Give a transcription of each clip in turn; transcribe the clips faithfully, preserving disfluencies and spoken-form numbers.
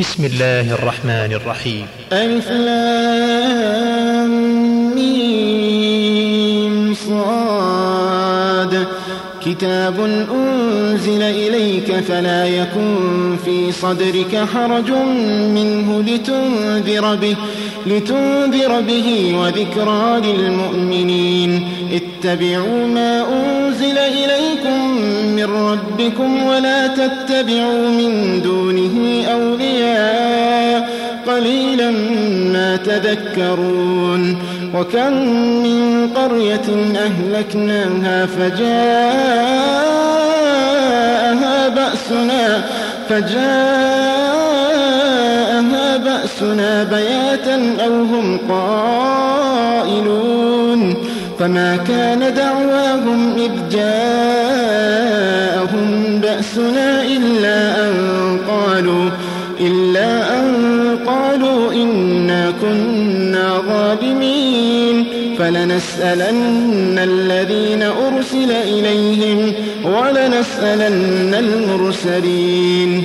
بسم الله الرحمن الرحيم. ألف لام ميم صاد. كتاب أنزل إليك فلا يكن في صدرك حرج منه لتنذر به, لتنذر به وذكرى للمؤمنين. اتبعوا ما أنزل إليكم من ربكم ولا تتبعوا من دونه أولياء قليلا ما تذكرون. وكم من قرية أهلكناها فجاءها بأسنا, فجاءها بأسنا بياتا أو هم قائلون. فما كان دعواهم إذ جاءهم بأسنا إلا أن قالوا إلا أن قالوا إنا كنا ظالمين. فلنسألن الذين أرسل إليهم ولنسألن المرسلين.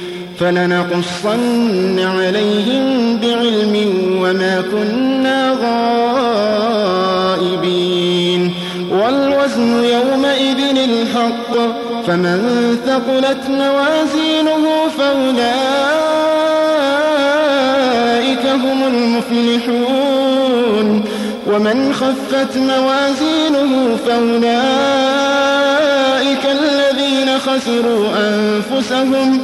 فلنقصن عليهم بعلم وما كنا غائبين. والوزن يومئذ الحق. فمن ثقلت موازينه فأولئك هم المفلحون. ومن خفت موازينه فأولئك الذين خسروا أنفسهم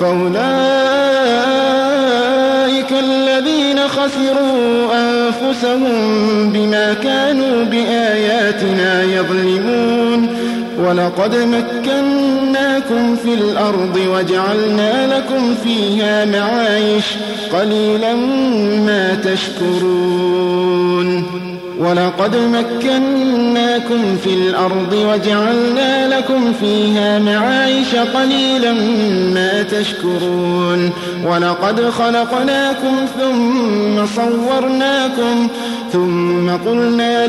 فأولئك الذين خسروا أنفسهم بما كانوا بآياتنا يظلمون. ولقد مكناكم في الأرض وجعلنا لكم فيها معايش قليلا ما تشكرون. ولقد مكناكم في الأرض وجعلنا لكم فيها معايش قليلا ما تشكرون. ولقد خلقناكم ثم صورناكم ثم قلنا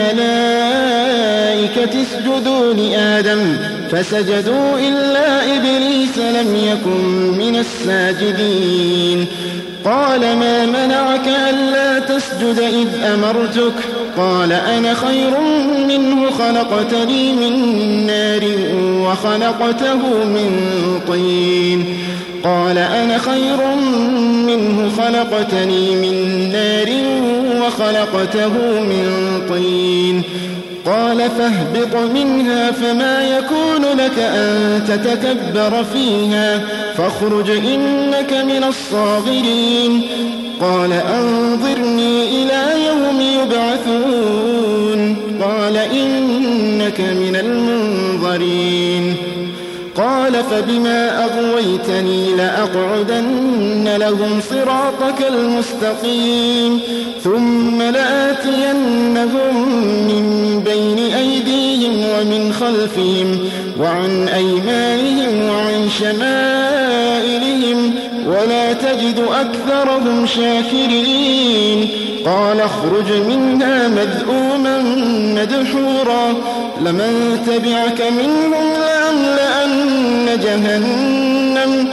للملائكة اسجدوا لآدم فسجدوا إلا إبليس لم يكن من الساجدين. قال ما منعك ألا تسجد إذ أمرتك؟ قال أنا خير منه خلقتني من نار وخلقته من طين. قال أنا خير منه خلقتني من نار وخلقته من طين. قال فاهبط منها فما يكون لك أن تتكبر فيها فاخرج إنك من الصاغرين. قال أنظرني إلى يوم يبعثون. قال إنك من المنظرين. قال فبما أغويتني لأقعدن لهم صراطك المستقيم ثم لآتينهم من بين أيديهم ومن خلفهم وعن أيمانهم وعن شمائلهم ولا تجد أكثرهم شاكرين. قال اخرج منها مذءوما مدحورا لمن تبعك منهم لأملأن جهنم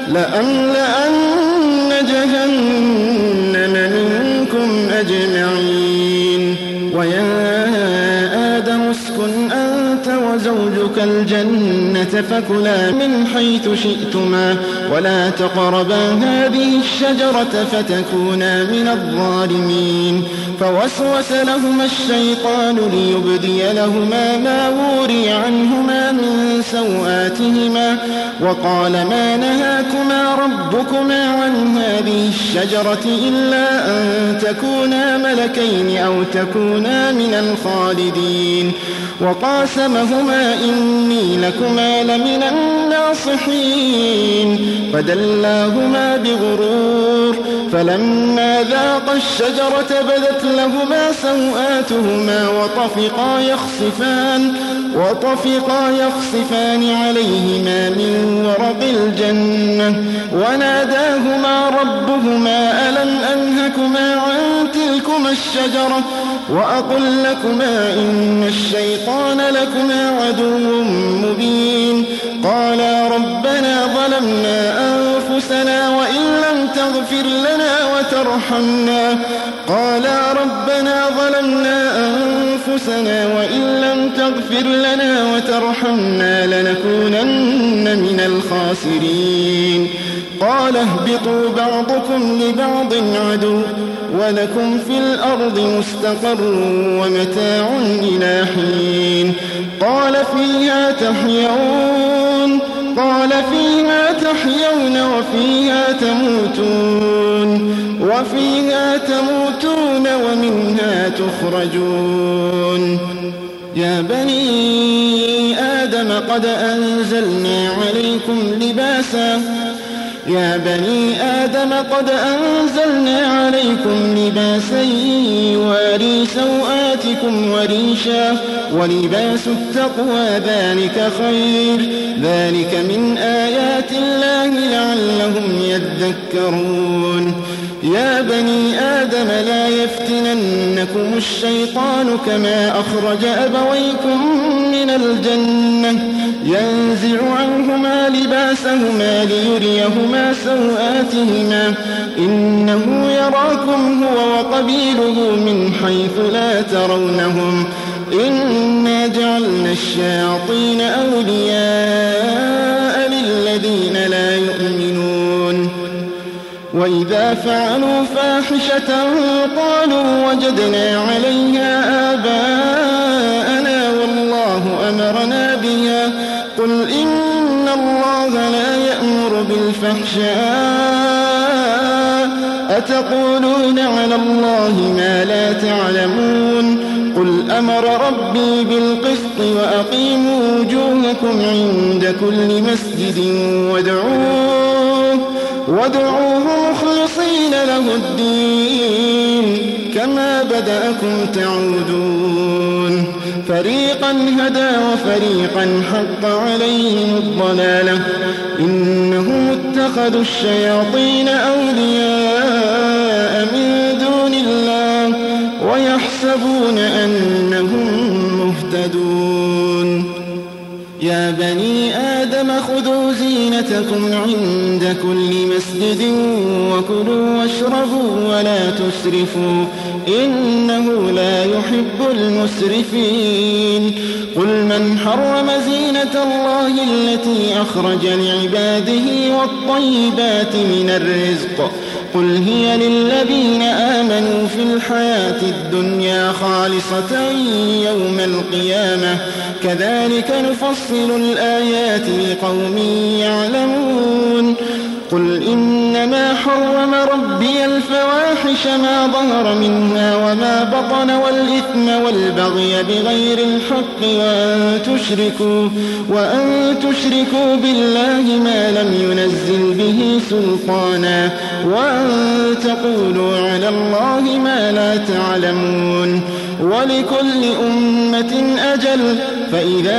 لأملأن جهنم منكم أجمعين. ويا آدم اسكن أنت وزوجك الجنة فكلا من حيث شئتما ولا تقربا هذه الشجرة فتكونا من الظالمين. فوسوس لهما الشيطان ليبدي لهما ما وري عنهما من سوآتهما وقال ما نهاكما ربكما عن هذه الشجرة إلا أن تكونا ملكين أو تكونا من الخالدين. وقاسمهما إني لكما لمن الناصحين. فدلاهما بغرور فلما ذاقا الشجرة بدت لهما سوآتهما وطفقا يخصفان وطفقا يخصفان عليهما من ورق الجنة وناداهما ربهما ألم أنهكما عن تلكما الشجرة وأقل لكما إن الشيطان لكما عدو مبين. قالا ربنا ظلمنا أنفسنا وإن لم تغفر لنا وترحمنا. قالا ربنا ظلمنا أنفسنا وإن لم تغفر لنا وترحمنا لنكونن من الخاسرين. قال اهبطوا بعضكم لبعض عدو ولكم في الأرض مستقر ومتاع إلى حين. قال فيها تحيون قال فيها تحيون وفيها تموتون وفيها تموتون ومنها تخرجون. يا بني آدم قد أنزلنا عليكم لباسا يا بني آدم قد أنزلنا عليكم لباسا يواري سوآتكم وريشا ولباس التقوى ذلك خير ذلك من آيات الله لعلهم يذكرون. يا بني آدم لا يفتننكم الشيطان كما أخرج أبويكم من الجنة ينزع عنهما لباسهما ليريهما سوآتهما إنه يراكم هو وقبيله من حيث لا ترونهم إنا جعلنا الشياطين أولياء للذين لا يؤمنون. وإذا فعلوا فاحشة قالوا وجدنا عليها آباءنا والله أمرنا بها قل إن الله لا يأمر بالفحشاء أتقولون على الله ما لا تعلمون. قل أمر ربي بالقسط وأقيموا وجوهكم عند كل مسجد وادعوه وادعوه مخلصين له الدين كما بدأكم تعودون. فريقا هدى وفريقا حق عليهم الضلالة إنهم اتخذوا الشياطين أولياء من دون الله ويحسبون أنهم مهتدون. يا بني آدم خذوا زينتكم عند كل مسجد وكلوا واشربوا ولا تسرفوا إنه لا يحب المسرفين. قل من حرم زينة الله التي أخرج لعباده والطيبات من الرزق قل هي للذين آمنوا في الحياة الدنيا خالصة يوم القيامة كذلك نفصل الآيات لقوم يعلمون. قل إنما حرم ربي الفواحش ما ظهر منها وما بطن والإثم والبغي بغير الحق وأن تشركوا, وأن تشركوا بالله ما لم ينزل به سلطانا وأن تقولوا على الله ما لا تعلمون. ولكل أمة أجل فإذا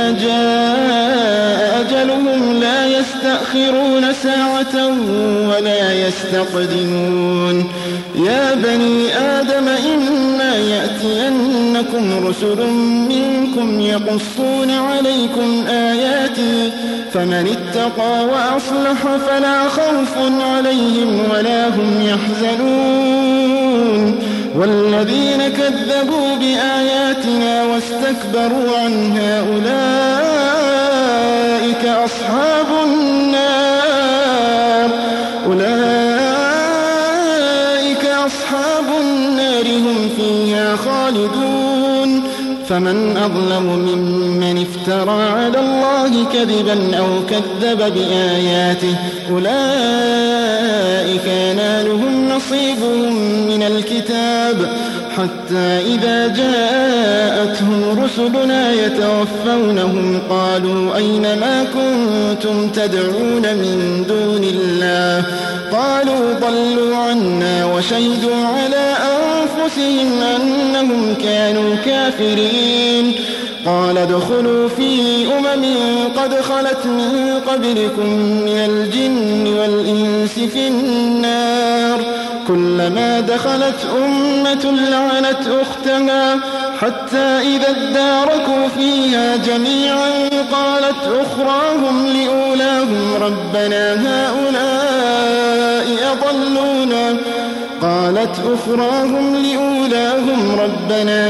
جاء أجلهم لا يستأخرون ساعة ولا يستقدمون. يا بني آدم إما يأتينكم رسل منكم يقصون عليكم آياتي فمن اتقى وأصلح فلا خوف عليهم ولا هم يحزنون. والذين كذبوا بآياتنا واستكبروا عنها أولئك أصحاب النار أولئك أصحاب النار هم فيها خالدون. فمن أظلم ممن افترى على الله كذبا أو كذب بآياته أولئك ينالهم نصيبهم من الكتاب حتى إذا جاءتهم رسلنا يتوفونهم قالوا أين ما كنتم تدعون من دون الله قالوا ضلوا عنا وشهدوا على أنفسهم أنهم كانوا كافرين. قال ادخلوا في أمم قد خلت من قبلكم من الجن والإنس في النار كلما دخلت أمة لعنت أختها حتى إذا اداركوا فيها جميعا قالت أخراهم لأولاهم ربنا هؤلاء أضلوا أضلونا قالت أخراهم لأولاهم ربنا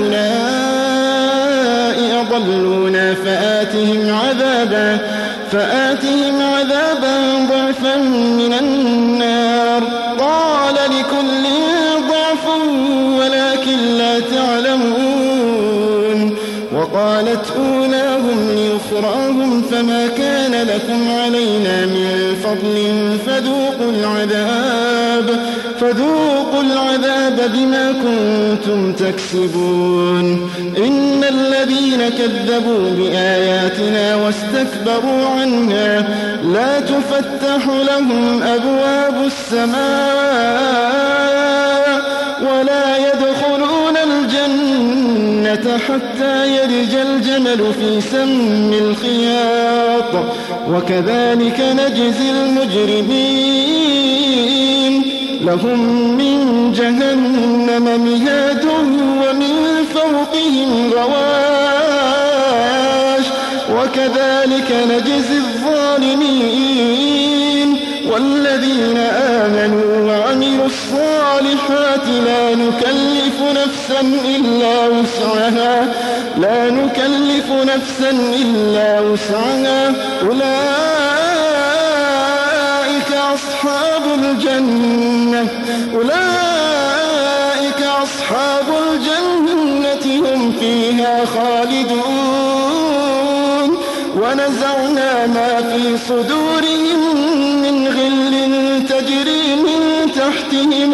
هؤلاء أضلونا فآتهم عذابا فآتهم عذابا ضعفا من النار قال لكل ضعف ولكن لا تعلمون وقالت أولاهم لأخراهم فما كان لكم علينا من فضل فذوقوا العذاب فذوقوا العذاب بما كنتم تكسبون إن الذين كذبوا بآياتنا واستكبروا عنها لا تفتح لهم أبواب السماء ولا يدخلون الجنة حتى يلج الجمل في سم الخياط وكذلك نجزي المجرمين لهم من جهنم مهاد ومن فوقهم غواش وكذلك نجزي الظالمين والذين آمنوا وعملوا الصالحات لا نكلف نفسا إلا وسعها لا نكلف نفسا إلا وسعها أولئك أصحاب الجنة أولئك أصحاب الجنة هم فيها خالدون ونزعنا ما في صدورهم من غل تجري من تحتهم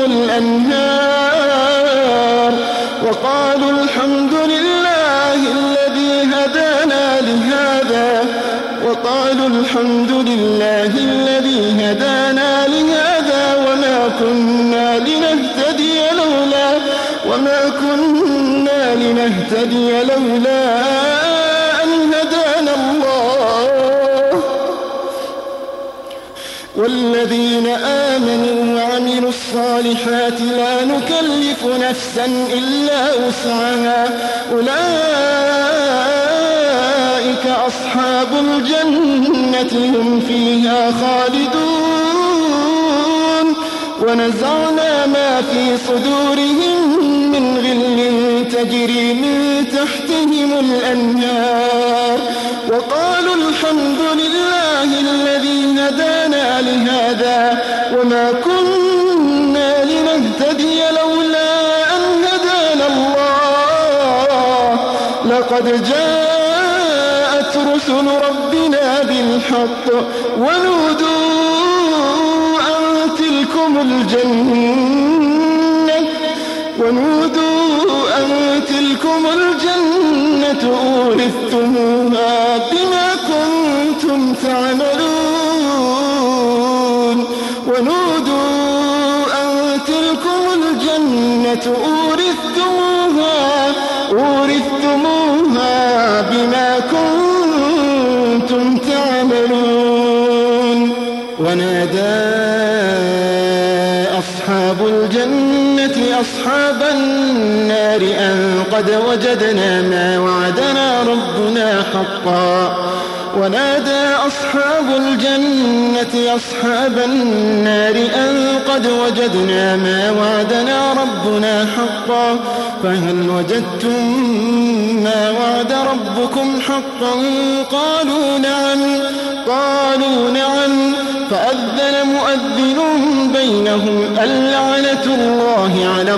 الأنهار وقالوا الحمد لله الذي هدانا لهذا وقالوا الحمد لله الذي هدانا لهذا وما كنا لنهتدي لولا وما كنا لنهتدي لولا أن هدانا الله والذين آمنوا وعملوا الصالحات لا نكلف نفسا إلا وسعها أولئك أصحاب الجنة هم فيها خالدون ونزعنا ما في صدورهم من غل تجري من تحتهم الأنهار وقالوا الحمد لله الذي هدانا لهذا وما كنا لنهتدي لولا أن هدانا الله لقد جاءت رسل ربنا بالحق ونودوا أن تلكم الجنة ونودوا أن تلكم الجنة أورثتموها بما كنتم تعملون ونودوا أن تلكم الجنة أورثتموها أورثتموها بما كنتم تعملون ونادى أصحاب الجنة أصحاب النار أن قد وجدنا ما وعدنا ربنا حقا ونادى أصحاب الجنة أصحاب النار أن قد وجدنا ما وعدنا ربنا حقا فهل وجدتم ما وعد ربكم حقا قالوا نعم قالوا نعم فأذن مؤذن بينهم اللعنة الله على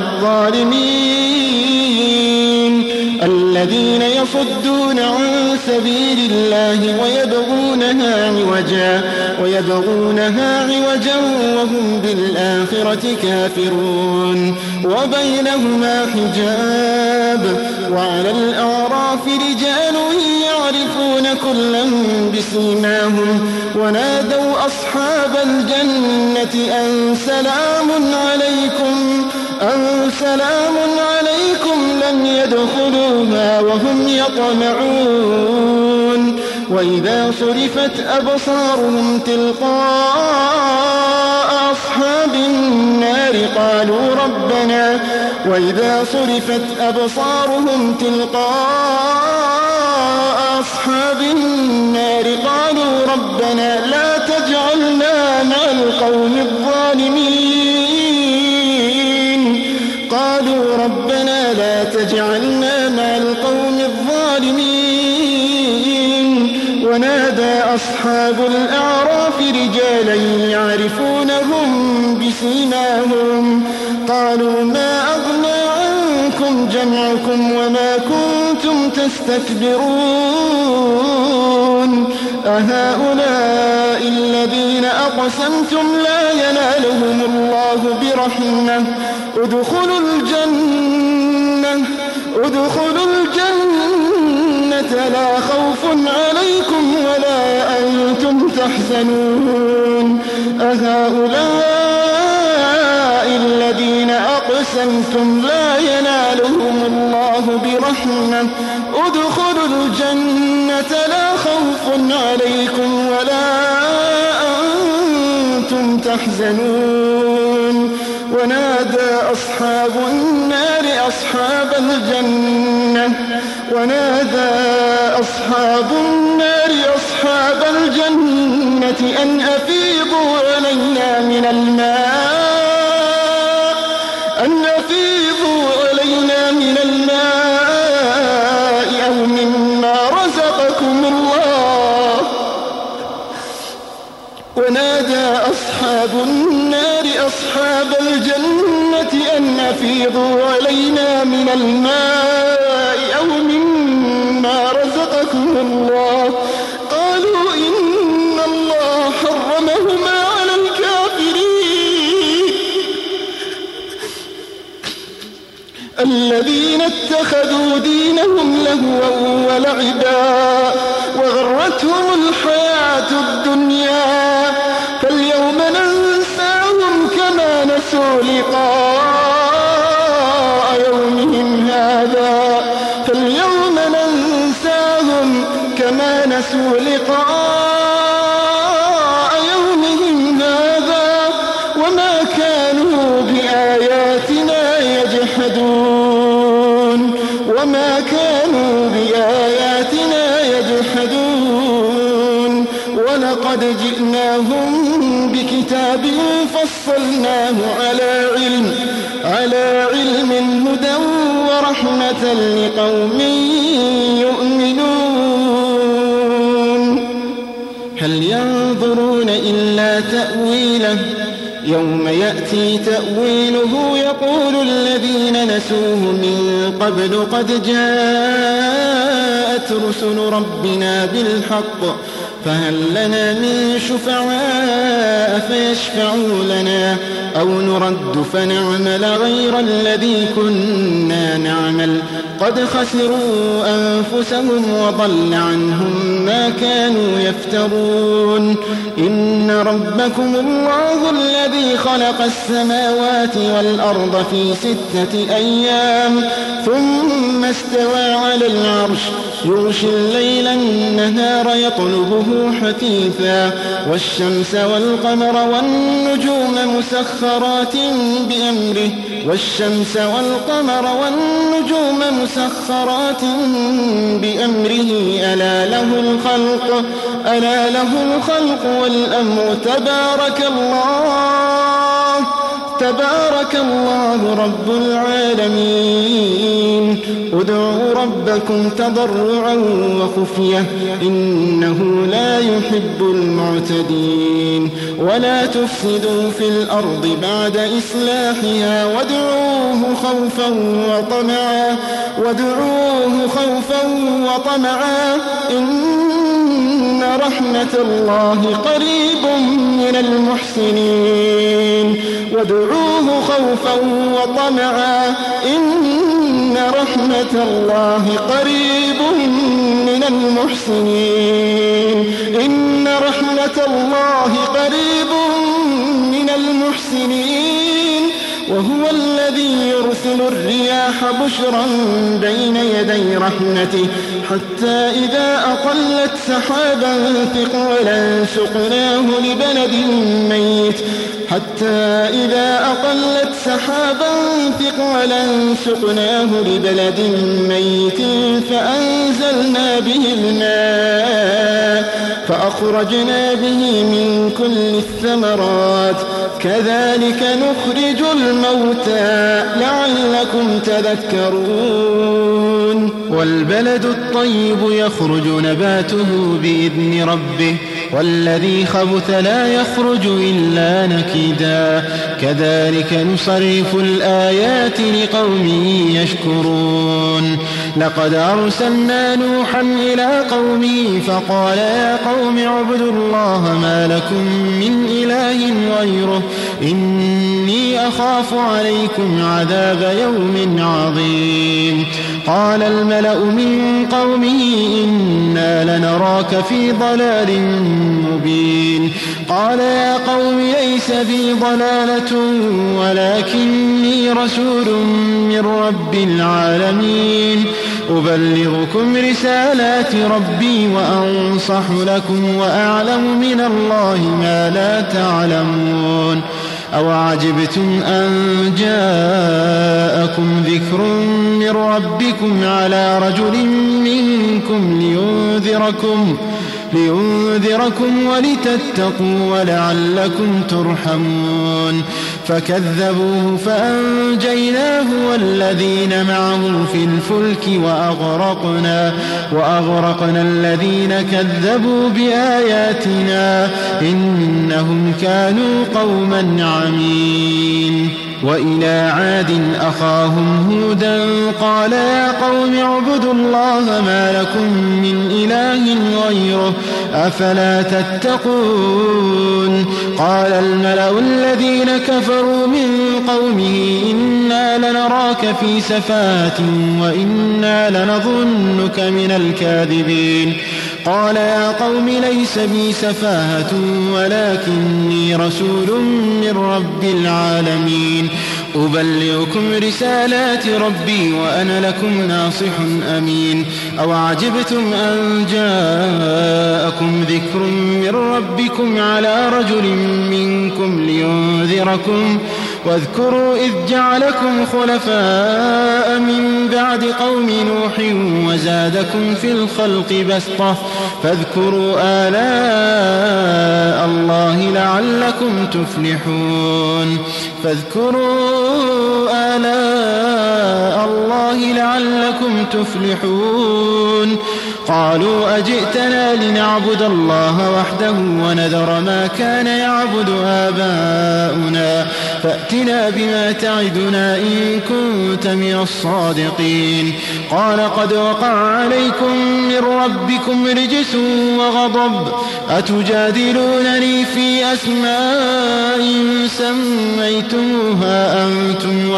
الظالمين الذين يصدون عن سبيل الله ويبغونها عوجا ويبغونها عوجا وهم بالآخرة كافرون وبينهما حجاب وعلى الأعراف رجال يعرفون كلا بسيماهم ونادوا أصحاب الجنة أن سلام عليكم أن سلام عليكم لم يدخلوها وهم يطمعون وإذا صرفت أبصارهم تلقاء أصحاب النار قالوا ربنا وإذا صرفت أبصارهم تلقاء أصحاب النار قالوا ربنا لا تجعلنا مع القوم الظالمين قالوا ربنا لا تجعلنا مع القوم الظالمين ونادى أصحاب الأعراف رجالا يعرفونهم بسيماهم قالوا ما أغنى عنكم جمعكم وما كنتم تستكبرون أهؤلاء الذين أقسمتم لا ينالهم الله برحمة ادخلوا الجنة ادخلوا الجنة لا خوف عليكم ولا أنتم تحزنون أهؤلاء الذين أقسمتم لا ينالهم الله برحمة ادخلوا الجنة لا خوف عليكم ولا أنتم تحزنون ونادى أصحاب النار أصحاب الجنة ونادى أصحاب النار أصحاب الجنة أن أفيضوا علينا من الماء أن أفيضوا علينا من الماء أو مما رزقكم الله ونادى أصحاب النار أصحاب الجنة أن أفيضوا علينا من الماء أو مما رزقكم الله قالوا إن الله حرمهما على الكافرين الذين اتخذوا دينهم لهوا ولعبا وغرتهم الحياة الدنيا فاليوم ننساهم كما نسوا لقاء يومهم هذا فاليوم ننساهم كما نسوا لقاء يومهم هذا وما كانوا بآياتنا يجحدون وما كانوا بآياتنا يجحدون ولقد جئناهم بكتاب فصلناه على علم على علم هدى ورحمة لقوم يؤمنون هل ينظرون إلا تأويله يوم يأتي تأويله يقول الذين نسوه من قبل قد جاءت رسل ربنا بالحق فهل لنا من شفعاء فيشفعوا لنا أو نرد فنعمل غير الذي كنا نعمل قد خسروا أنفسهم وضل عنهم ما كانوا يفترون إن ربكم الله الذي خلق السماوات والأرض في ستة أيام ثم استوى على العرش يغشي الليل النهار يطلبه حثيثا والشمس والقمر والنجوم مسخرات بأمره والشمس والقمر والنجوم مسخرات بأمره ألا له الخلق ألا له الخلق والأمر تبارك الله تبارك الله رب العالمين ادعوا ربكم تضرعا وخفية إنه لا يحب المعتدين ولا تفسدوا في الأرض بعد إصلاحها وادعوه خوفا وطمعا وادعوه خوفا وطمعا إن رحمة الله قريب من المحسنين وادعوه خوفا وطمعا إن رحمة الله قريب من المحسنين إن رحمة الله قريب من المحسنين وهو الذي يرسل الرياح بشرا بين يدي رحمته حتى إذا أقلت سحابا ثقالا سقناه لبلد ميت حتى إذا أقلت سحابا ثقالا سقناه لبلد ميت فأنزلنا به الماء فأخرجنا به من كل الثمرات كذلك نخرج الموتى لعلكم تذكرون والبلد الطيب يخرج نباته بإذن ربه والذي خبث لا يخرج إلا نكدا كذلك نصرف الآيات لقوم يشكرون لقد أرسلنا نوحا إلى قومه فقال يا قوم اعبدوا الله ما لكم من إله غيره إني أخاف عليكم عذاب يوم عظيم قال الملأ من قومه إنا لنراك في ضلال مبين قال يا قوم ليس بي ضلالة ولكني رسول من رب العالمين أبلغكم رسالات ربي وأنصح لكم وأعلم من الله ما لا تعلمون أوعجبتم أن جاءكم ذكر من ربكم على رجل منكم لينذركم لينذركم ولتتقوا ولعلكم ترحمون فكذبوه فأنجيناه والذين معه في الفلك وأغرقنا, وأغرقنا الذين كذبوا بآياتنا إنهم كانوا قوما عمين وإلى عاد أخاهم هودا قال يا قوم اعبدوا الله ما لكم من إله غيره أفلا تتقون قال الملأ الذين كفروا من قومه إنا لنراك في سفاهة وإنا لنظنك من الكاذبين قال يا قوم ليس بي سفاهة ولكني رسول من رب العالمين أبلغكم رسالات ربي وأنا لكم ناصح أمين أوعجبتم أن جاءكم ذكر من ربكم على رجل منكم لينذركم واذكروا إذ جعلكم خلفاء من بعد قوم نوح وزادكم في الخلق بسطة فاذكروا آلاء الله لعلكم تفلحون فاذكروا آلاء الله لعلكم تفلحون قالوا أجئتنا لنعبد الله وحده ونذر ما كان يعبد آباؤنا فأتنا بما تعدنا إن كنت من الصادقين قال قد وقع عليكم من ربكم رجس وغضب أتجادلونني في أسماء سميتموها أنتم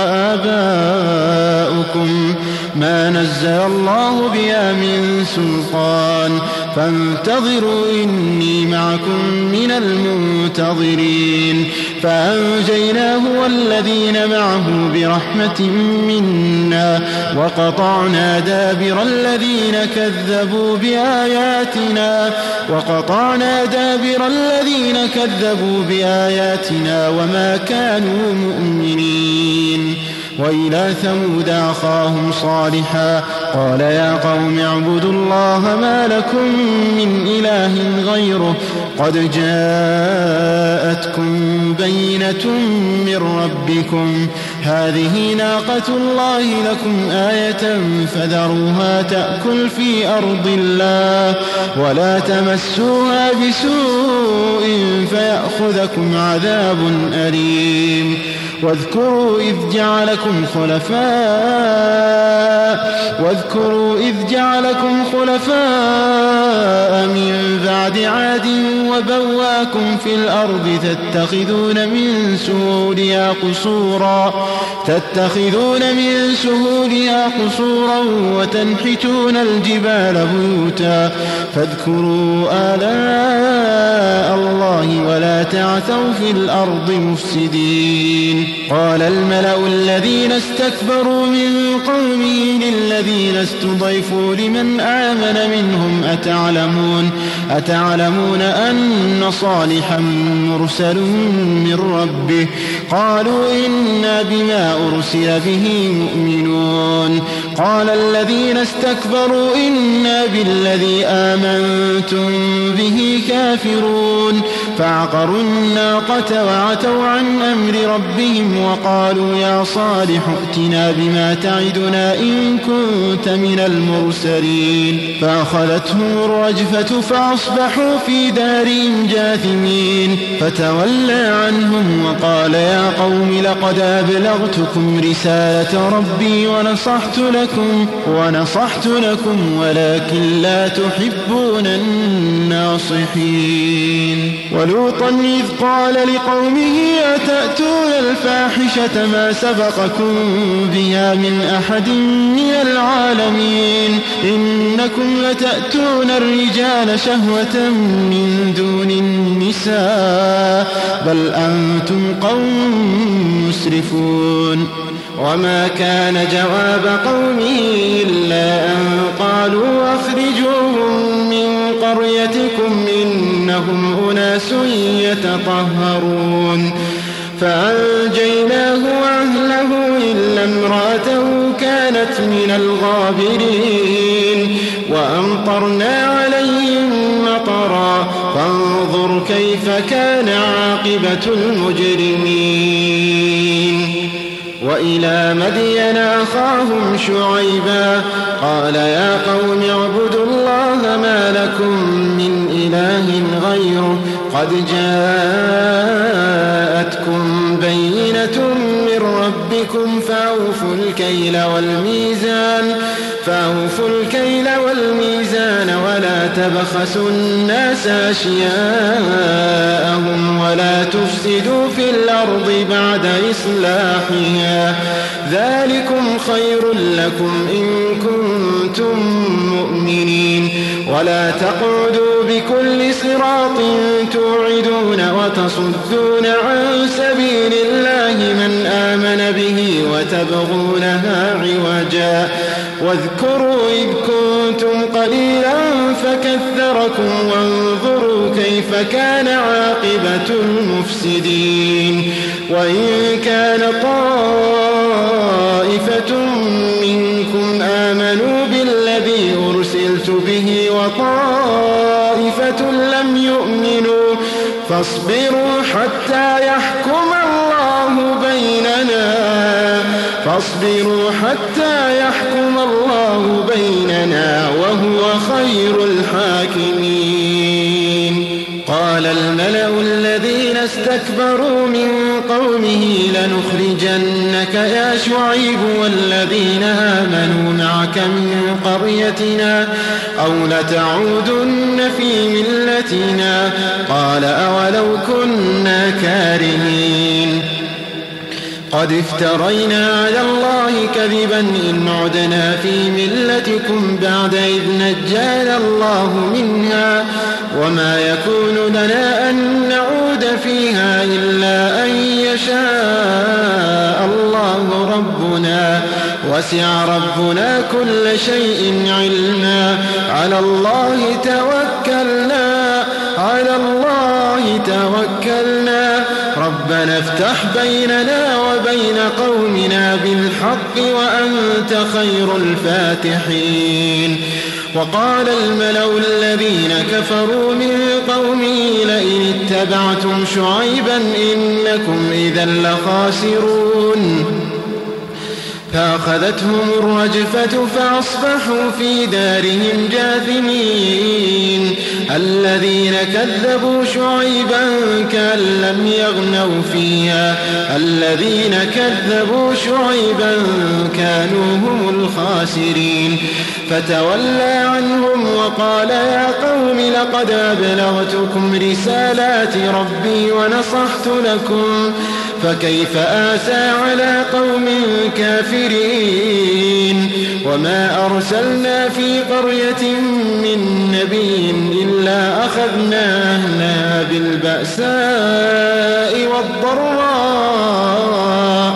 وآباؤكم ما نزل الله بها من سلطان فانتظروا إني معكم من المنتظرين فأنجيناه والذين معه برحمة منا وقطعنا دابر الذين كذبوا بآياتنا وقطعنا دابر الذين كذبوا بآياتنا وما كانوا مؤمنين وإلى ثمود أخاهم صالحا قال يا قوم اعبدوا الله ما لكم من إله غيره قد جاءتكم بينة من ربكم هذه ناقة الله لكم آية فذروها تأكل في أرض الله ولا تمسوها بسوء فيأخذكم عذاب أليم واذكروا إذ جعلكم خلفاء واذكروا إذ جعلكم خلفاء من بعد عاد وبواكم في الأرض تتخذون من سهولها قصورا تتخذون من سهولها قصورا وتنحتون الجبال بيوتا فاذكروا آلاء الله ولا تعثوا في الأرض مفسدين قال الملأ الذين استكبروا من قومه للذين استضيفوا لمن آمن منهم أتعلمون أتعلمون أن صالحا مرسل من ربه قالوا إنا بما أرسل به مؤمنون قال الذين استكبروا إنا بالذي آمنتم به كافرون فعقروا الناقة وعتوا عن أمر ربهم وقالوا يا صالح ائتنا بما تعدنا إن كنت من المرسلين فأخذتهم الرجفة فأصبحوا في دارهم جاثمين فتولى عنهم وقال يا قوم لقد أبلغتكم رسالة ربي ونصحت لكم ونصحت لكم ولكن لا تحبون الناصحين ولوطا إذ قال لقومه أتأتون الفاحشة ما سبقكم بها من أحد من العالمين إنكم لتأتون الرجال شهوة من دون النساء بل أنتم قوم مسرفون وما كان جواب قومه إلا أن قالوا أخرجوهم من قريتكم إنهم أناس يتطهرون فأنجيناه وأهله إلا امرأته كانت من الغابرين وأمطرنا عليهم مطرا فانظر كيف كان عاقبة المجرمين وإلى مدين أخاهم شعيبا قال يا قوم اعبدوا الله ما لكم من إله غيره قد جاءتكم بينة من ربكم فأوفوا الكيل والميزان فأوفوا الكيل والميزان ولا تبخسوا الناس أشياءهم ولا تفسدوا في الأرض بعد إصلاحها ذلكم خير لكم إن كنتم مؤمنين ولا تقعدوا بكل صراط توعدون وتصدون عن سبيل الله من آمن به وتبغونها عوجا واذكروا إذ كنتم قليلا فكثركم وانظروا كيف كان عاقبة المفسدين وإن كان طائفة منكم آمنوا بالذي أرسلت به وطائفة لم يؤمنوا فاصبروا حتى يحكم الله بيننا فاصبروا حتى يحكم الله بيننا وهو خير الحاكمين قال الملأ الذين استكبروا من قومه لنخرجنك يا شعيب والذين آمنوا معك من قريتنا أو لتعودن في ملتنا قال أولو كنا كارهين قد افترينا على الله كذبا إن عدنا في ملتكم بعد إذ نجانا الله منها وما يكون لنا أن نعود فيها إلا أن يشاء الله ربنا وسع ربنا كل شيء علما على الله توكلنا على الله توكلنا ربنا افتح بيننا وبين قومنا بالحق وأنت خير الفاتحين وقال الملأ الذين كفروا من قومه لئن اتبعتم شعيبا إنكم إذا لخاسرون فأخذتهم الرجفة فأصبحوا في دارهم جاثمين الذين كذبوا شعيبا كأن لم يغنوا فيها الذين كذبوا شعيبا كانوا هم الخاسرين فتولى عنهم وقال يا قوم لقد أبلغتكم رسالات ربي ونصحت لكم فكيف آسى على قوم كافرين وما أرسلنا في قرية من نبي إلا أخذنا أهلها بالبأساء والضراء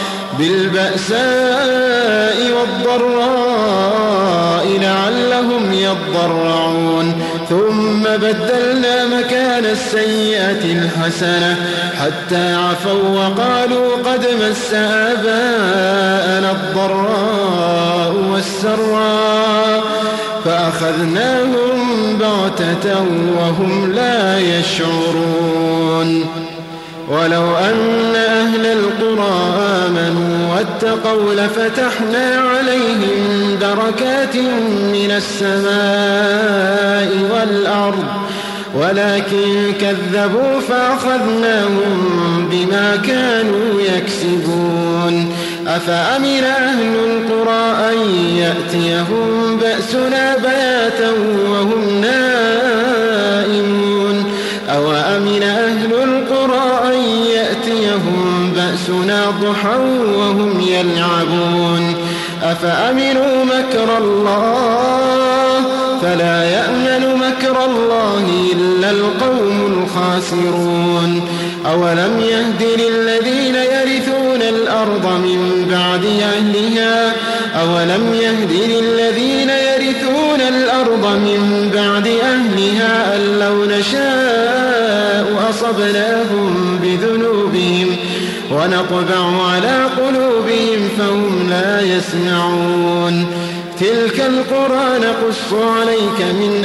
بالبأساء والضراء لعلهم يضرعون ثم بدلنا مكان السيئة الحسنة حتى عفوا وقالوا قد مس آباءنا الضراء والسراء فأخذناهم بغتة وهم لا يشعرون ولو أن أهل القرى آمنوا واتقوا لفتحنا عليهم بركات من السماء والأرض ولكن كذبوا فأخذناهم بما كانوا يكسبون أفأمن أهل القرى أن يأتيهم بأسنا بياتا وهم نائمون أو أمن أهل القرى أن يأتيهم بأسنا ضحى وهم يلعبون أفأمنوا مكر الله فلا يأمن مكر الله إلا القوم الخاسرون أولم يهد للذين يرثون الأرض من بعد أهلها أولم يهد للذين يرثون الأرض من بعد أهلها أن لو نشاء أصبناهم بذنوبهم ونطبع على قلوبهم فهم لا يسمعون تلك القرى نقص عليك من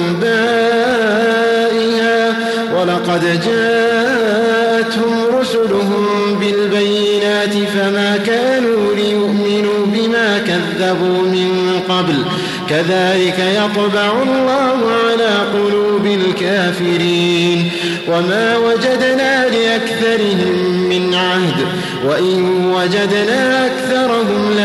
أنبائها ولقد جاءتهم رسلهم بالبينات فما كانوا ليؤمنوا بما كذبوا من قبل كذلك يطبع الله على قلوب الكافرين وما وجدنا لأكثرهم من عهد وإن وجدنا أكثرهم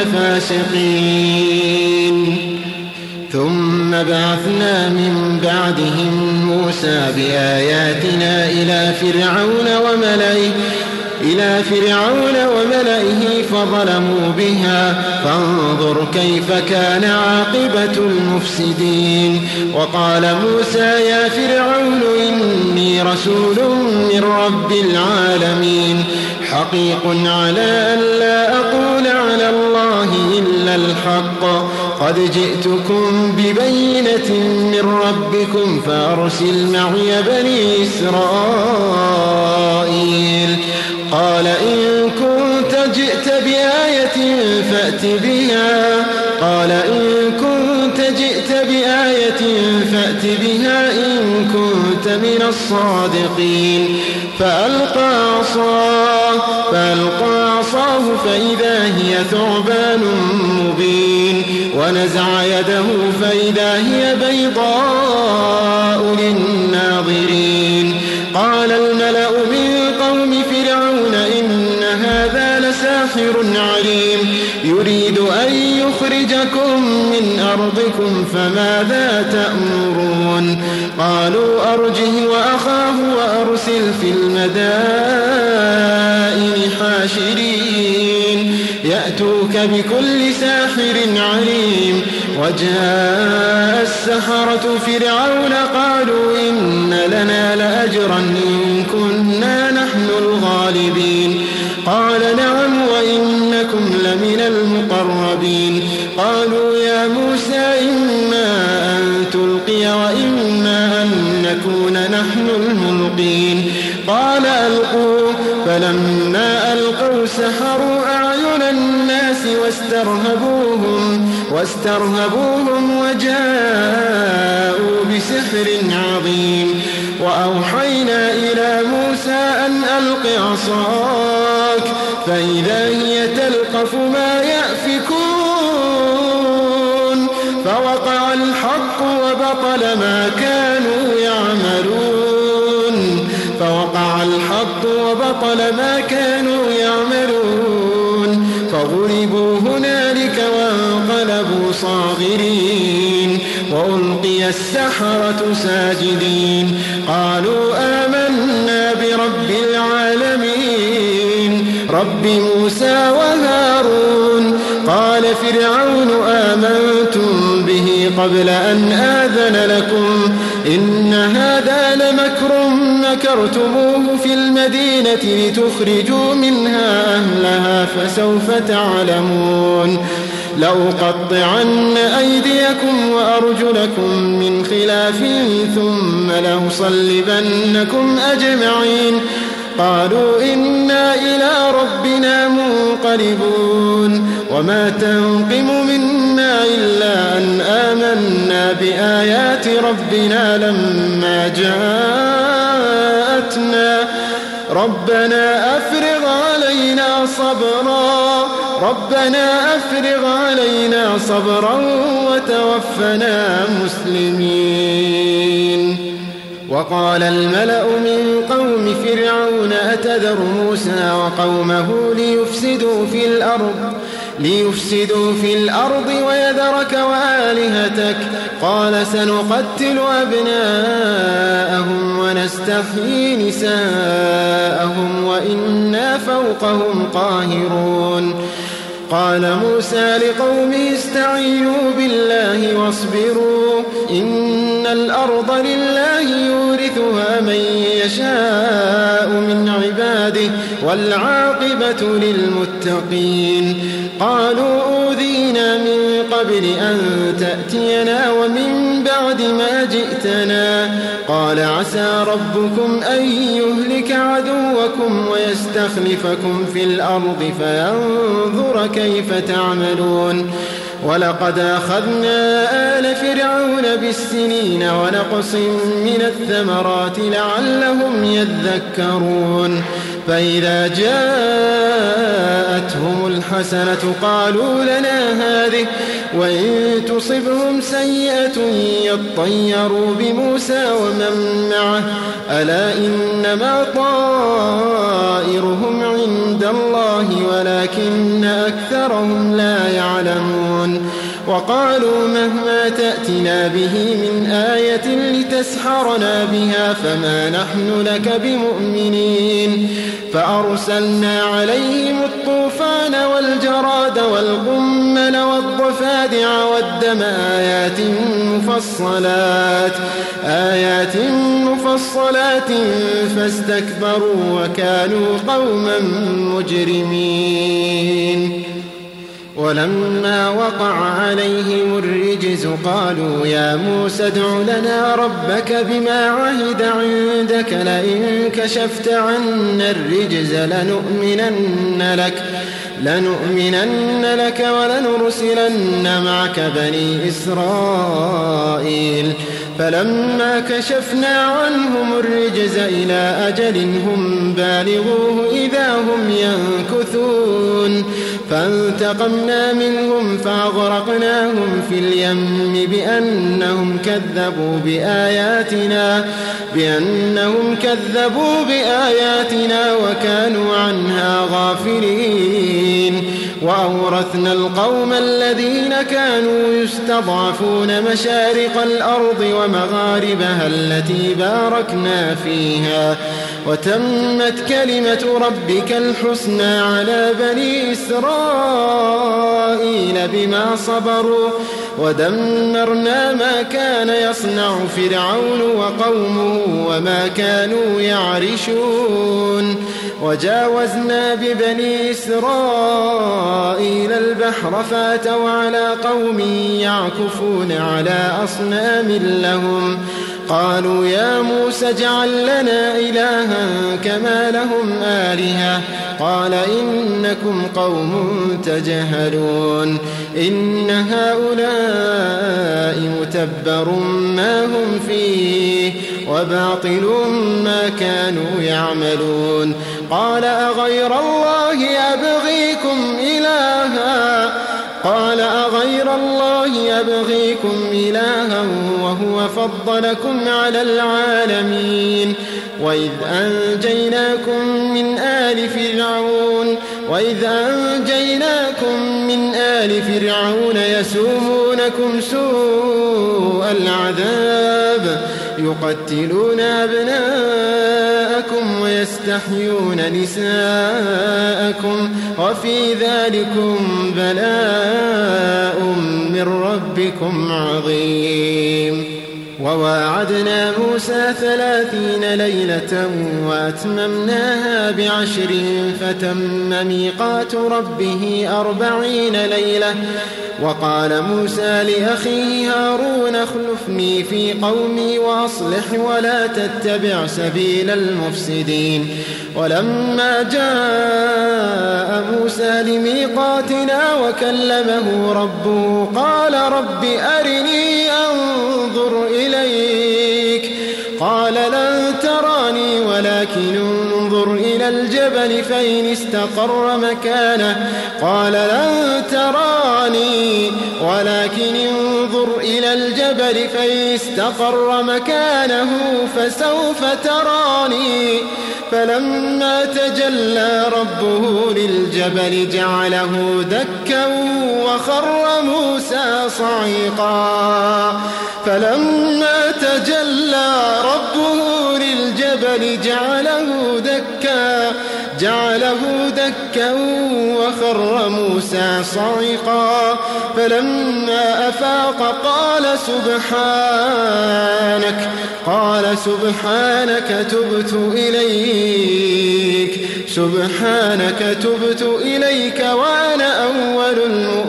لفاسقين ثم بعثنا من بعدهم موسى بآياتنا إلى فرعون وملئه إلى فرعون وملئه فظلموا بها فانظر كيف كان عاقبة المفسدين وقال موسى يا فرعون إني رسول من رب العالمين حقيق على أن لا أقول على الله إلا الحق قد جئتكم ببينة من ربكم فأرسل معي بني إسرائيل قال إن كنت جئت بآية فأت بها قال إن كنت جئت بآية فأت بها إن كنت من الصادقين فألقى عصاه فألقى عصاه فإذا هي ثعبان مبين ونزع يده فإذا هي بيضاء للناظرين قال الملأ من قوم فرعون إن هذا لساحر عليم يريد أن يخرجكم من أرضكم فماذا تأمرون قالوا أرجه وأخاه وأرسل في المدائن حاشرين يأتوك بكل ساحر عليم وجاء السحرة فرعون قالوا إن لنا لأجرا إن كنا نحن الغالبين قال نعم وإنكم لمن المقربين قالوا يا موسى إما أن تلقي وإما أن نكون نحن الملقين قال ألقوا فلما ألقوا سحروا أعين الناس واسترهبوهم واسترهبوهم وجاءوا بسحر عظيم وأوحينا إلى موسى أن ألق عصاك فإذا هي تلقف ما يأفكون فوقع الحق وبطل ما كانوا يعملون فوقع الحق وبطل ما كانوا يعملون فغلبوا هنالك وانقلبوا صاغرين وألقي السحرة ساجدين قالوا آمنا برب العالمين رب موسى وهارون قال فرعون آمنتم به قبل أن آذن لكم إن هذا لمكر مكرتموه في المدينة لتخرجوا منها أهلها فسوف تعلمون لأقطعن أيديكم وأرجلكم من خلاف ثم لأصلبنكم أجمعين قالوا إنا إلى ربنا منقلبون وما تنقم منا إلا أن آمنا بآيات ربنا لما جاءتنا ربنا أفرغ علينا صبرا ربنا أفرغ علينا صبرا وتوفنا مسلمين. وقال الملأ من قوم فرعون أتذر موسى وقومه ليفسدوا في الأرض ليفسدوا في الأرض ويذرك وآلهتك قال سنقتل أبناءهم ونستحيي نساءهم وإنا فوقهم قاهرون. قال موسى لقومه استعينوا بالله واصبروا إن الأرض لله يورثها من يشاء من عباده والعاقبة للمتقين. قالوا أوذينا من قبل أن تأتينا ومن بعد ما جئتنا قال عسى ربكم أن يهلك عدوكم ويستخلفكم في الأرض فينظر كيف تعملون. ولقد أخذنا آل فرعون بالسنين ونقص من الثمرات لعلهم يذكرون. فإذا جاءتهم الحسنة قالوا لنا هذه وإن تصبهم سيئة يطيروا بموسى ومن معه ألا إنما طائرهم عند الله ولكن أكثرهم لا يعلمون. وقالوا مهما تأتنا به من آية لتسحرنا بها فما نحن لك بمؤمنين. فأرسلنا عليهم الطوفان والجراد والقمل والضفادع والدم آيات مفصلات آيات مفصلات فاستكبروا وكانوا قوما مجرمين. ولما وقع عليهم الرجز قالوا يا موسى ادع لنا ربك بما عهد عندك لئن كشفت عنا الرجز لنؤمنن لك لنؤمنن لك ولنرسلن معك بني إسرائيل. فلما كشفنا عنهم الرجز إلى أجل هم بالغوه إذا هم ينكثون. فانتقمنا منهم فأغرقناهم في اليم بأنهم كذبوا بآياتنا بأنهم كذبوا بآياتنا وكانوا عنها غافلين. وأورثنا القوم الذين كانوا يستضعفون مشارق الأرض ومغاربها التي باركنا فيها وتمت كلمة ربك الحسنى على بني إسرائيل بما صبروا ودمرنا ما كان يصنع فرعون وقومه وما كانوا يعرشون. وجاوزنا ببني إسرائيل البحر فاتوا على قوم يعكفون على أصنام لهم قالوا يا موسى اجعل لنا إلها كما لهم آلهة قال إنكم قوم تجهلون. إن هؤلاء متبر ما هم فيه وباطل ما كانوا يعملون. قال أغير الله أبغيكم إلها قال أغير الله أبغيكم إلها وهو فضلكم على العالمين. وإذ أنجيناكم من آل فرعون وإذ أنجيناكم من آل فرعون يسومونكم سوء العذاب يقتلون أبناءكم ويستحيون نساءكم وفي ذلكم بلاء من ربكم عظيم. وواعدنا موسى ثلاثين ليلة وأتممناها بعشر فتم ميقات ربه أربعين ليلة. وقال موسى لأخيه هارون اخلفني في قومي وأصلح ولا تتبع سبيل المفسدين. ولما جاء موسى لميقاتنا وكلمه ربه قال رب أرني أنظر إليك قال لن تراني ولكن انظر إلى الجبل فإن استقر مكانه قال لن تراني ولكن انظر إلى الجبل فإن استقر مكانه فسوف تراني. فلما تجلى ربه للجبل جعله دكا وخر موسى صعيقا. فلما تجلى ربه للجبل جعله دكا جعله دكا وخر موسى صعقا. فلما أفاق قال سبحانك قال سبحانك تبت إليك سبحانك تبت إليك وأنا أول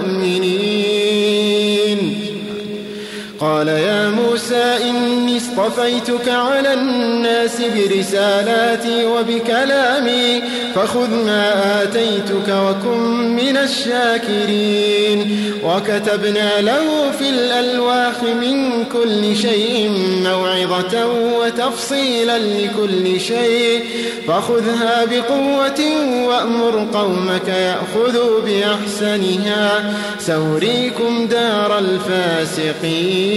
المؤمنين. قال يا موسى إني اصطفيتك على الناس برسالاتي وبكلامي فخذ ما آتيتك وكن من الشاكرين. وكتبنا له في الألواح من كل شيء موعظة وتفصيلا لكل شيء فخذها بقوة وأمر قومك يأخذوا بأحسنها سأريكم دار الفاسقين.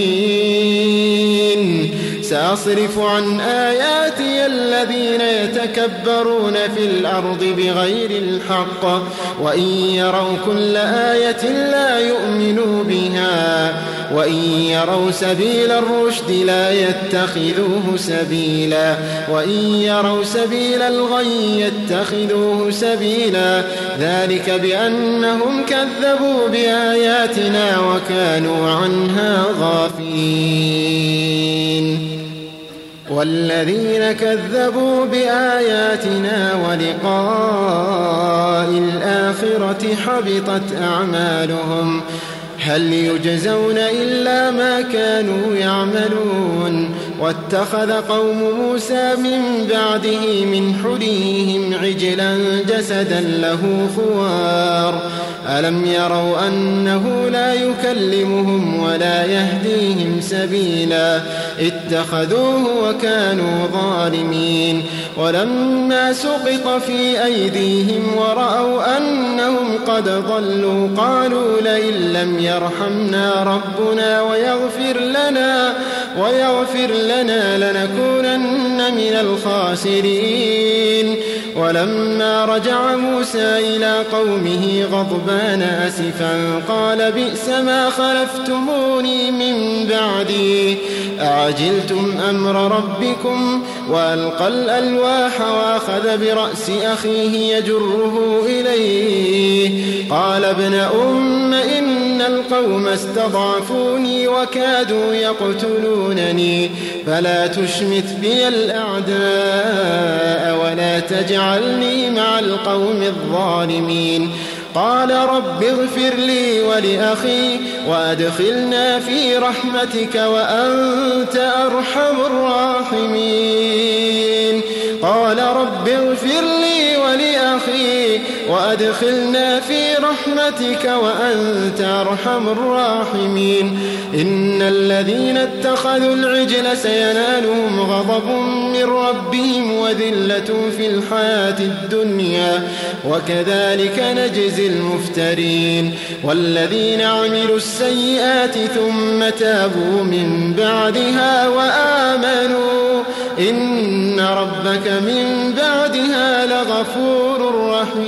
سأصرف عن آياتي الذين يتكبرون في الأرض بغير الحق وإن يروا كل آية لا يؤمنوا بها وإن يروا سبيل الرشد لا يتخذوه سبيلا وإن يروا سبيل الغي يتخذوه سبيلا ذلك بأنهم كذبوا بآياتنا وكانوا عنها غافلين. والذين كذبوا بآياتنا ولقاء الآخرة حبطت أعمالهم هل يجزون إلا ما كانوا يعملون. واتخذ قوم موسى من بعده من حليهم عجلا جسدا له خوار ألم يروا أنه لا يكلمهم ولا يهديهم سبيلا اتخذوه وكانوا ظالمين. ولما سقط في أيديهم ورأوا أنهم قد ضلوا قالوا لئن لم يرحمنا ربنا ويغفر لنا ويغفر لنا لنكونن من الخاسرين. ولما رجع موسى إلى قومه غضبان أسفا قال بئس ما خلفتموني من بعدي أعجلتم أمر ربكم وألقى الألواح وأخذ برأس أخيه يجره إليه قال ابن أم إن القوم استضعفوني وكادوا يقتلونني فلا تشمت بي الأعداء ولا تجعلني مع القوم الظالمين. قال رب اغفر لي ولأخي وأدخلنا في رحمتك وأنت أرحم الراحمين. قال رب اغفر لي ولأخي وأدخلنا في رحمتك وأنت أرحم الراحمين. إن الذين اتخذوا العجل سينالهم غضب من ربهم وذلة في الحياة الدنيا وكذلك نجزي المفترين. والذين عملوا السيئات ثم تابوا من بعدها وآمنوا إن ربك من بعدها لغفور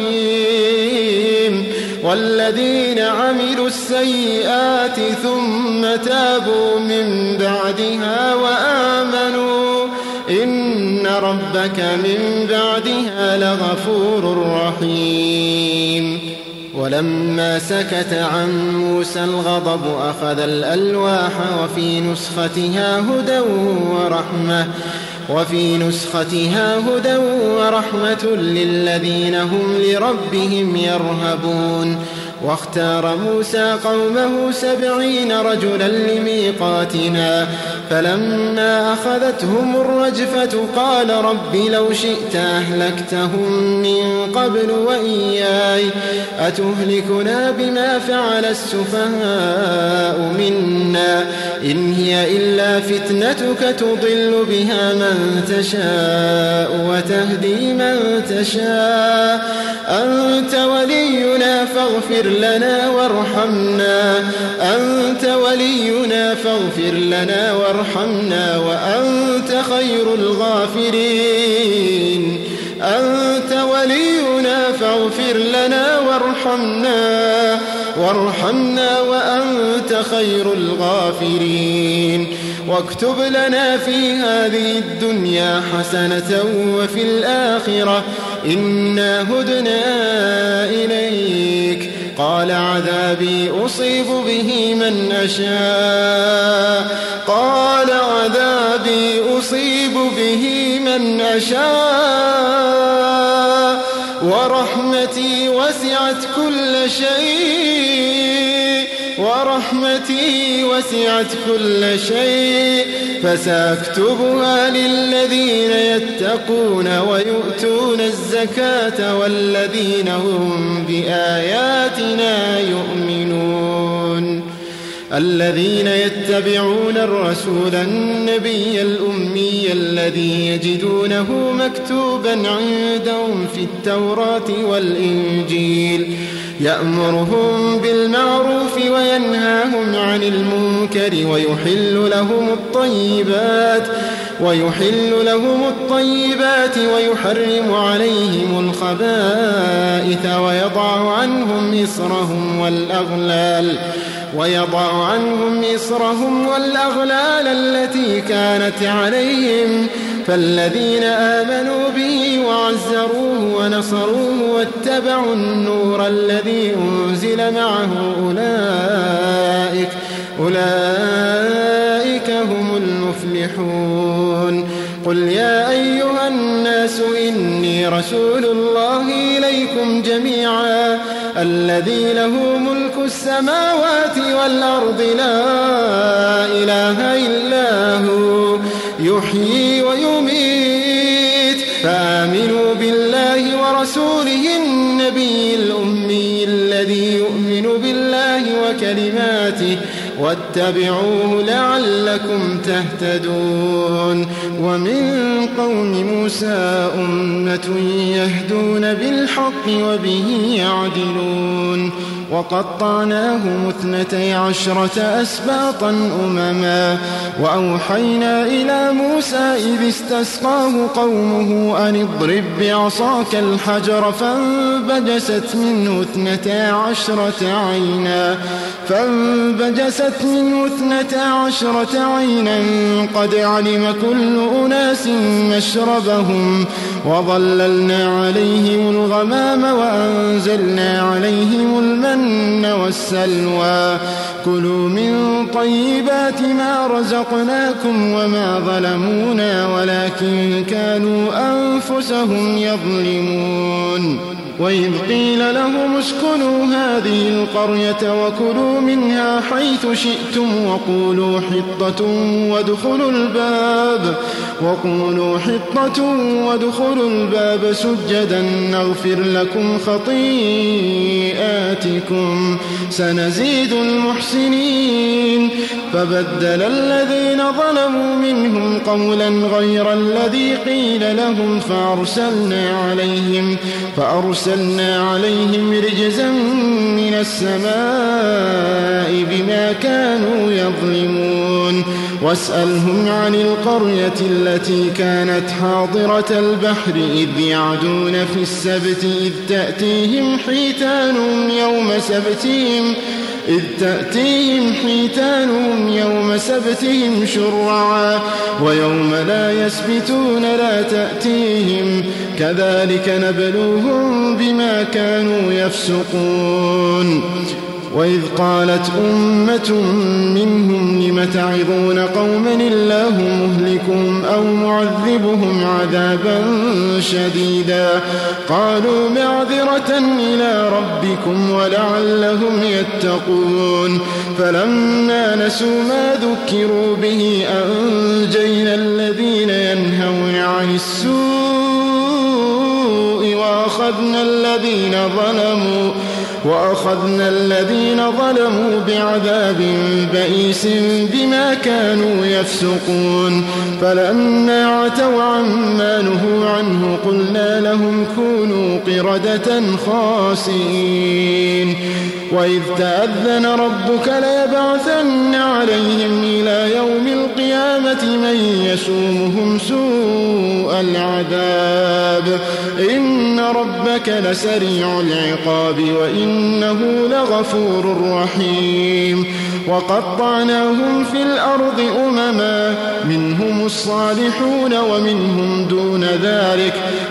رحيم. والذين عملوا السيئات ثم تابوا من بعدها وآمنوا إن ربك من بعدها لغفور رحيم. ولما سكت عن موسى الغضب أخذ الألواح وفي نسختها هدى ورحمة وفي نسختها هدى ورحمة للذين هم لربهم يرهبون. واختار موسى قومه سبعين رجلا لميقاتنا فلما أخذتهم الرجفة قال رب لو شئت أهلكتهم من قبل وإياي أتهلكنا بما فعل السفهاء منا إن هي إلا فتنتك تضل بها من تشاء وتهدي من تشاء أنت ولينا فاغفر لنا وارحمنا أنت ولينا فاغفر لنا وارحمنا وأنت خير الغافرين أنت ولينا فاغفر لنا وارحمنا وارحمنا وأنت خير الغافرين واكتب لنا في هذه الدنيا حسنة وفي الآخرة إنا هدنا إليك قال عذابي أصيب به من أشاء قال عذابي أصيب به من أشاء ورحمتي وسعت كل شيء ورحمتي وسعت كل شيء فسأكتبها للذين يتقون ويؤتون الزكاة والذين هم بآياتنا يؤمنون الذين يتبعون الرسول النبي الأمي الذي يجدونه مكتوبا عندهم في التوراة والإنجيل يأمرهم بالمعروف وينهاهم عن المنكر ويحل لهم الطيبات ويحل لهم الطيبات ويحرم عليهم الخبائث ويضع عنهم إصرهم والأغلال ويضع عنهم إصرهم والأغلال التي كانت عليهم فالذين آمنوا به وعزروه ونصروه واتبعوا النور الذي أنزل معه أولئك أولئك هم المفلحون قل يا أيها الناس إني رسول الله إليكم جميعا الذي له ملك السماوات والأرض لا إله إلا هو يحيي ويميت فآمنوا بالله ورسوله النبي الأمي الذي يؤمن بالله وكلماته واتبعوه لعلكم تهتدون ومن قوم موسى أمة يهدون بالحق وبه يعدلون وقطعناهم اثنتي عشرة أسباطا أمما وأوحينا إلى موسى إذ استسقاه قومه أن اضرب بعصاك الحجر فانبجست منه اثنتا عشرة عينا فانبجست منه اثنتا عشرة عينا قد علم كل أناس مشربهم وظللنا عليهم الغمام وأنزلنا عليهم المن والسلوى كلوا من طيبات ما رزقناكم وما ظلمونا ولكن كانوا أنفسهم يظلمون وإذ قيل لهم اسكنوا هذه القرية وكلوا منها حيث شئتم وقولوا حطة وادخلوا الباب وقولوا حطة وادخلوا الباب سجدا نغفر لكم خطيئاتكم سنزيد المحسنين فبدل الذين ظلموا منهم قولا غير الذي قيل لهم فأرسلنا عليهم فأرسلنا عليهم رجزا من السماء بما كانوا يظلمون واسألهم عن القرية التي كانت حاضرة البحر إذ يعدون في السبت إذ تأتيهم حيتانهم يوم سبتهم إذ تأتيهم حيتانهم يوم سبتهم شرعا ويوم لا يسبتون لا تأتيهم كذلك نبلوهم بما كانوا يفسقون وإذ قالت أمة منهم لم تعظون قوما الله مهلكهم أو معذبهم عذابا شديدا قالوا معذرة إلى ربكم ولعلهم يتقون فلما نسوا ما ذكروا به أنجينا الذين ينهون عن السوء وأخذنا الذين ظلموا وأخذنا الذين ظلموا بعذاب بئيس بما كانوا يفسقون فلما عتوا عما نهوا عنه قلنا لهم كونوا قردة خاسئين وإذ تأذن ربك ليبعثن عليهم إلى يوم القيامة من يسومهم سوء العذاب إن ربك لسريع العقاب وإنه لغفور رحيم وقطعناهم في الأرض أمما منهم الصالحون ومنهم دون ذلك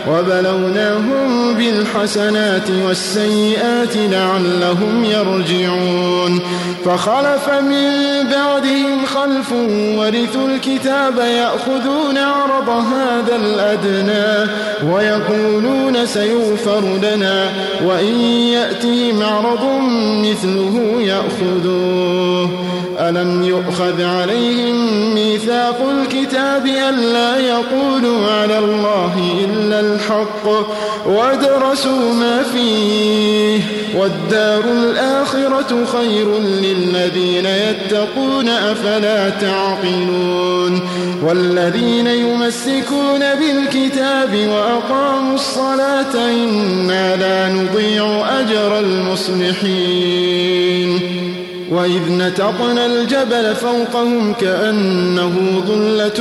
وبلوناهم بالحسنات والسيئات لعلهم يرجعون فخلف من بعدهم خلف ورثوا الكتاب يأخذون عرض هذا الأدنى ويقولون سيغفر لنا وإن يأتهم عرض مثله يأخذوه ألم يؤخذ عليهم ميثاق الكتاب ألا يقولوا على الله إلا الحق ودرسوا ما فيه والدار الآخرة خير للذين يتقون أفلا تعقلون والذين يمسكون بالكتاب وأقاموا الصلاة إنا لا نضيع أجر المصلحين وإذ نتقنا الجبل فوقهم كأنه ظلة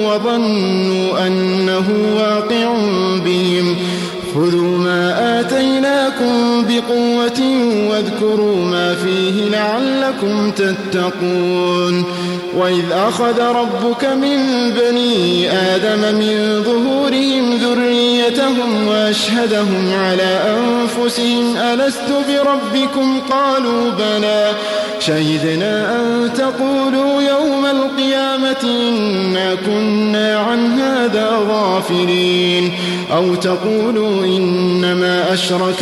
وظنوا أنه واقع بهم خذوا ما آتيناكم بقوة واذكروا ما فيه لعلكم تتقون وإذ أخذ ربك من بني آدم من ظهورهم ذريتهم وأشهدهم على أنفسهم ألست بربكم قالوا بلى شهدنا أن تقولوا يوم القيامة إنا كنا عن هذا غافلين أو تقولوا إنما أشرك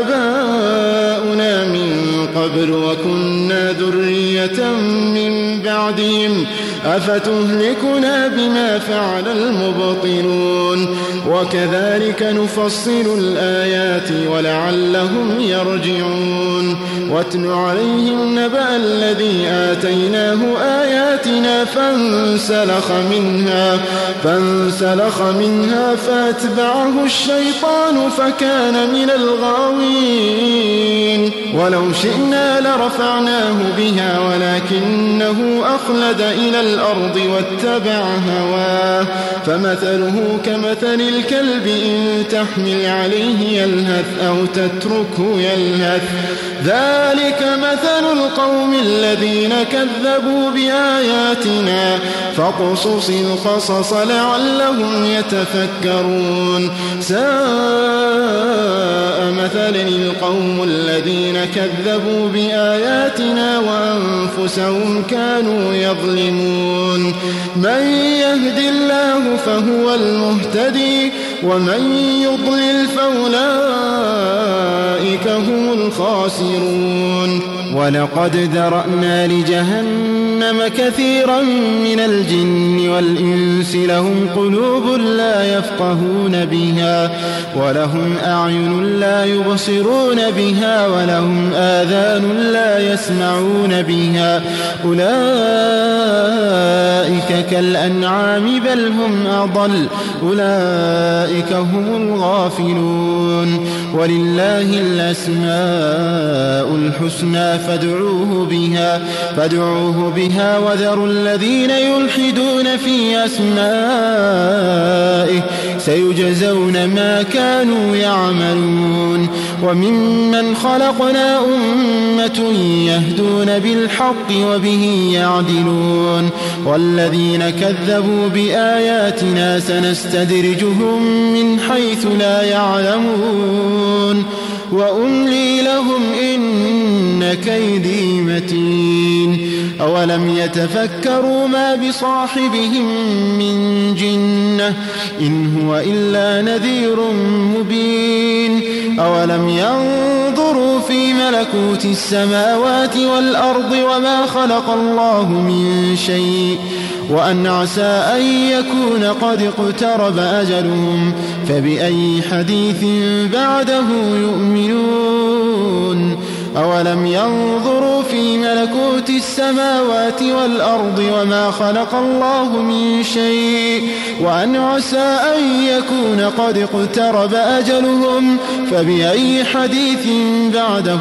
آباؤنا من قبل وكنا ذرية من بعدهم أفتهلكنا بما فعل المبطلون وكذلك نفصل الآيات ولعلهم يرجعون واتل عليهم نبأ الذي آتيناه آياتنا فانسلخ منها فانسلخ منها فاتبعه الشيطان فكان من الغاوين ولو شئنا لرفعناه بها ولكنه أخلد إلى الأرض واتبع هواه فمثله كمثل الكلب إن تحمل عليه يلهث أو تتركه يلهث ذلك مثل القوم الذين كذبوا بآياتنا فاقصص القصص لعلهم يتفكرون ساء مثل القوم الذين كذبوا بآياتنا وأنفسهم كانوا يظلمون من يهد الله فهو المهتدي ومن يضلل فأولئك هم الخاسرون ولقد ذرأنا لجهنم كثيرا من الجن والإنس لهم قلوب لا يفقهون بها ولهم أعين لا يبصرون بها ولهم آذان لا يسمعون بها أولئك كالأنعام بل هم أضل أولئك هم الغافلون ولله الأسماء الحسنى فادعوه بها, فادعوه بها وذروا الذين يلحدون في أسمائه سيجزون ما كانوا يعملون. وممن خلقنا أمة يهدون بالحق وبه يعدلون والذين كذبوا بآياتنا سنستدرجهم من حيث لا يعلمون وأملي لهم إن كيدي متين. أولم يتفكروا ما بصاحبهم من جنة إن هو إلا نذير مبين. أولم ينظروا في ملكوت السماوات والأرض وما خلق الله من شيء وأن عسى أن يكون قد اقترب أجلهم فبأي حديث بعده يؤمنون. أولم ينظروا في ملكوت السماوات والأرض وما خلق الله من شيء وأن عسى أن يكون قد اقترب أجلهم فبأي حديث بعده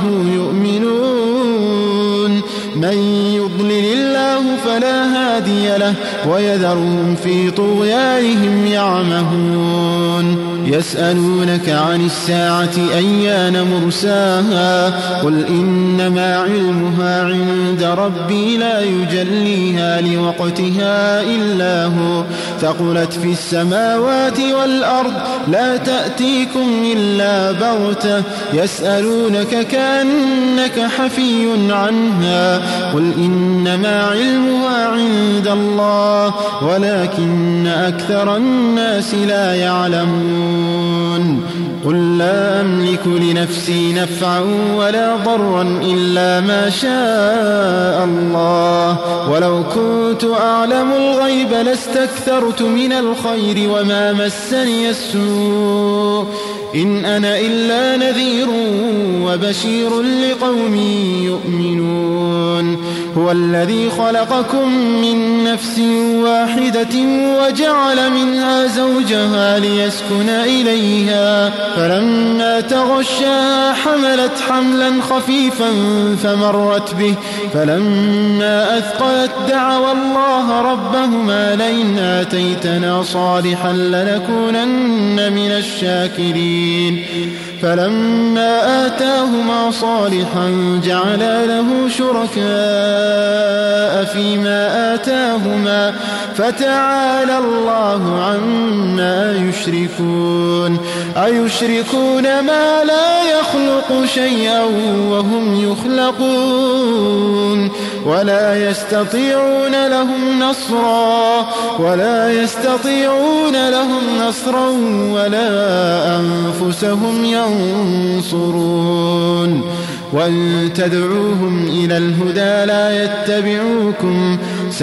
يؤمنون. من يضلل الله فلا هادي له ويذرهم في طغيانهم يعمهون. يسألونك عن الساعة أيان مرساها قل إنما علمها عند ربي لا يجليها لوقتها إلا هو ثقلت في السماوات والأرض لا تأتيكم إلا بغتة يسألونك كأنك حفي عنها قل إنما علمها عند الله ولكن أكثر الناس لا يعلمون. قل لا أملك لنفسي نفعا ولا ضرا إلا ما شاء الله ولو كنت أعلم الغيب لاستكثرت من الخير وما مسني السوء إن أنا إلا نذير وبشير لقوم يؤمنون. هو الذي خلقكم من نفس واحدة وجعل منها زوجها ليسكن إليها فلما تغشاها حملت حملا خفيفا فمرت به فلما أثقلت دعوا الله ربهما لئن آتيتنا صالحا لنكونن من الشاكرين. فلما آتاهما صالحا جعلا له شركاء فيما آتاهما فتعالى الله عما يشركون. أيشركون ما لا يخلق شيئا وهم يخلقون ولا يستطيعون لهم نصرا ولا يستطيعون لهم نصرا ولا أنفسهم ينصرون. وإن تدعوهم إلى الهدى لا يتبعوكم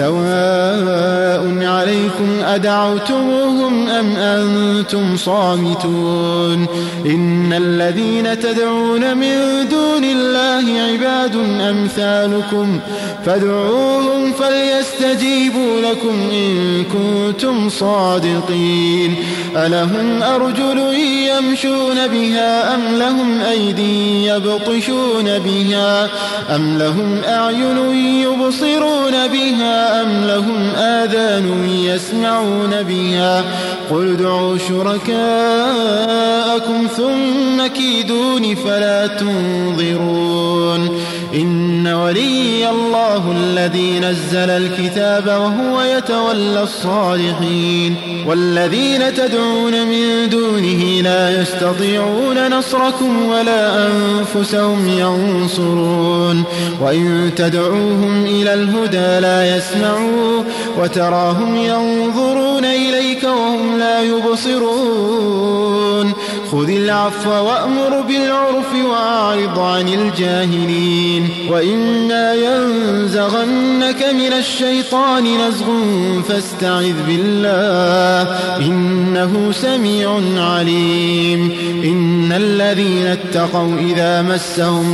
سواء عليكم أدعوتموهم أم أنتم صامتون. إن الذين تدعون من دون الله عباد أمثالكم فادعوهم فليستجيبوا لكم إن كنتم صادقين. ألهم أرجل يمشون بها أم لهم أيدي يبطشون بها أم لهم أعين يبصرون بها أم لهم آذان يسمعون بها قل ادعوا شركاءكم ثم كيدون فلا تنظرون. إن ولي الله الذي نزل الكتاب وهو يتولى الصالحين. والذين تدعون من دونه لا يستطيعون نصركم ولا أنفسهم ينصرون. وإن تدعوهم إلى الهدى لا يسمعوا وتراهم ينظرون إليك وهم لا يبصرون. خذ العفو وأمر بالعرف وأعرض عن الجاهلين. وإما ينزغنك من الشيطان نزغ فاستعذ بالله إنه سميع عليم. إن الذين اتقوا إذا مسهم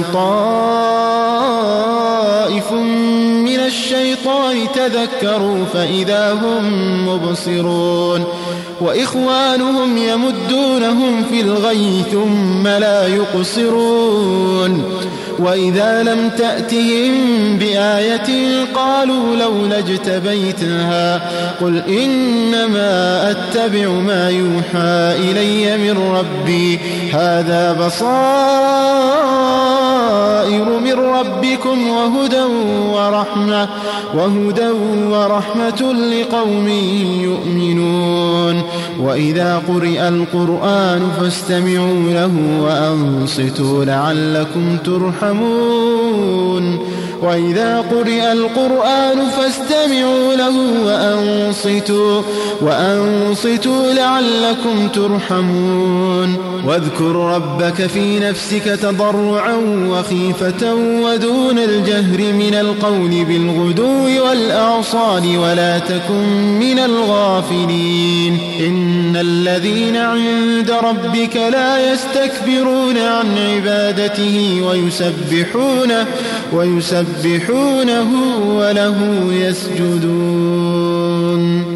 طائف من الشيطان تذكروا فإذا هم مبصرون. وإخوانهم يمدونهم في الغي ثم لا يقصرون وإذا لم تأتهم بآية قالوا لولا اجتبيتها قل إنما أتبع ما يوحى إلي من ربي هذا بصائر من ربكم وهدى ورحمة وهدى ورحمة لقوم يؤمنون وإذا قرئ القرآن فاستمعوا له وأنصتوا لعلكم ترحمون وإذا قرئ القرآن فاستمعوا له وأنصتوا وأنصتوا لعلكم ترحمون واذكر ربك في نفسك تضرعا وخيفة ودون الجهر من القول بالغدو والأعصال ولا تكن من الغافلين إن الذين عند ربك لا يستكبرون عن عبادته ويسبحونه ويسبحونه وله يسجدون